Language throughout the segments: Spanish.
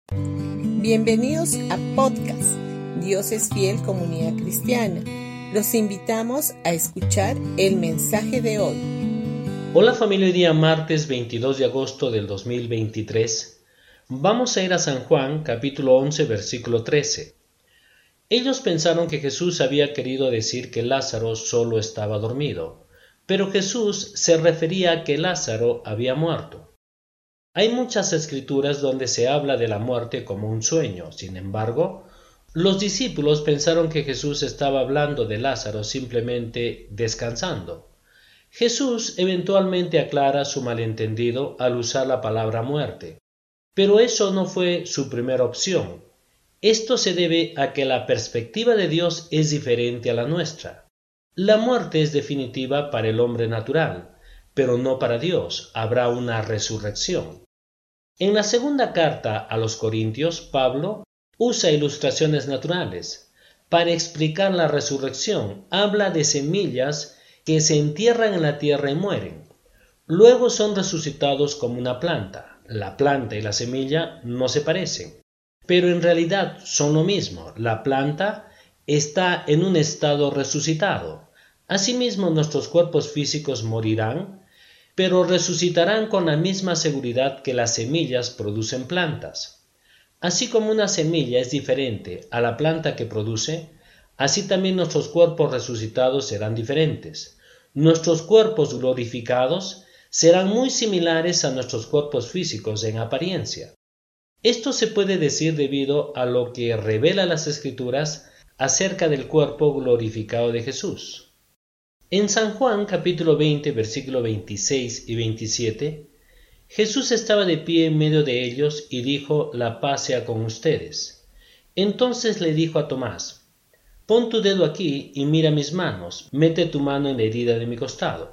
Bienvenidos a podcast Dios es Fiel Comunidad Cristiana. Los invitamos a escuchar el mensaje de hoy. Hola familia, hoy día martes 22 de agosto del 2023. Vamos a ir a San Juan, capítulo 11, versículo 13. Ellos pensaron que Jesús había querido decir que Lázaro solo estaba dormido, pero Jesús se refería a que Lázaro había muerto. Hay muchas escrituras donde se habla de la muerte como un sueño. Sin embargo, los discípulos pensaron que Jesús estaba hablando de Lázaro simplemente descansando. Jesús eventualmente aclara su malentendido al usar la palabra muerte, pero eso no fue su primera opción. Esto se debe a que la perspectiva de Dios es diferente a la nuestra. La muerte es definitiva para el hombre natural, pero no para Dios. Habrá una resurrección. En la segunda carta a los Corintios, Pablo usa ilustraciones naturales. Para explicar la resurrección, habla de semillas que se entierran en la tierra y mueren. Luego son resucitados como una planta. La planta y la semilla no se parecen, pero en realidad son lo mismo. La planta está en un estado resucitado. Asimismo, nuestros cuerpos físicos morirán, pero resucitarán con la misma seguridad que las semillas producen plantas. Así como una semilla es diferente a la planta que produce, así también nuestros cuerpos resucitados serán diferentes. Nuestros cuerpos glorificados serán muy similares a nuestros cuerpos físicos en apariencia. Esto se puede decir debido a lo que revela las Escrituras acerca del cuerpo glorificado de Jesús. En San Juan capítulo 20, versículos 26 y 27, Jesús estaba de pie en medio de ellos y dijo: «La paz sea con ustedes». Entonces le dijo a Tomás: «Pon tu dedo aquí y mira mis manos, mete tu mano en la herida de mi costado».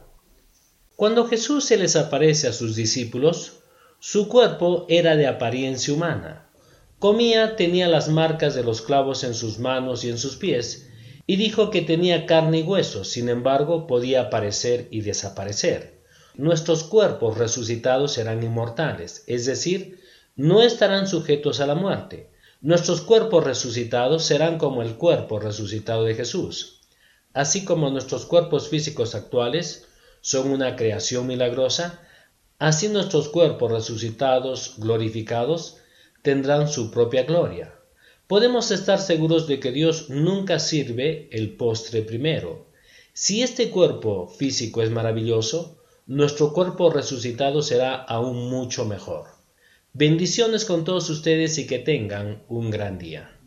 Cuando Jesús se les aparece a sus discípulos, su cuerpo era de apariencia humana. Comía, tenía las marcas de los clavos en sus manos y en sus pies, y dijo que tenía carne y huesos. Sin embargo, podía aparecer y desaparecer. Nuestros cuerpos resucitados serán inmortales, es decir, no estarán sujetos a la muerte. Nuestros cuerpos resucitados serán como el cuerpo resucitado de Jesús. Así como nuestros cuerpos físicos actuales son una creación milagrosa, así nuestros cuerpos resucitados, glorificados, tendrán su propia gloria. Podemos estar seguros de que Dios nunca sirve el postre primero. Si este cuerpo físico es maravilloso, nuestro cuerpo resucitado será aún mucho mejor. Bendiciones con todos ustedes y que tengan un gran día.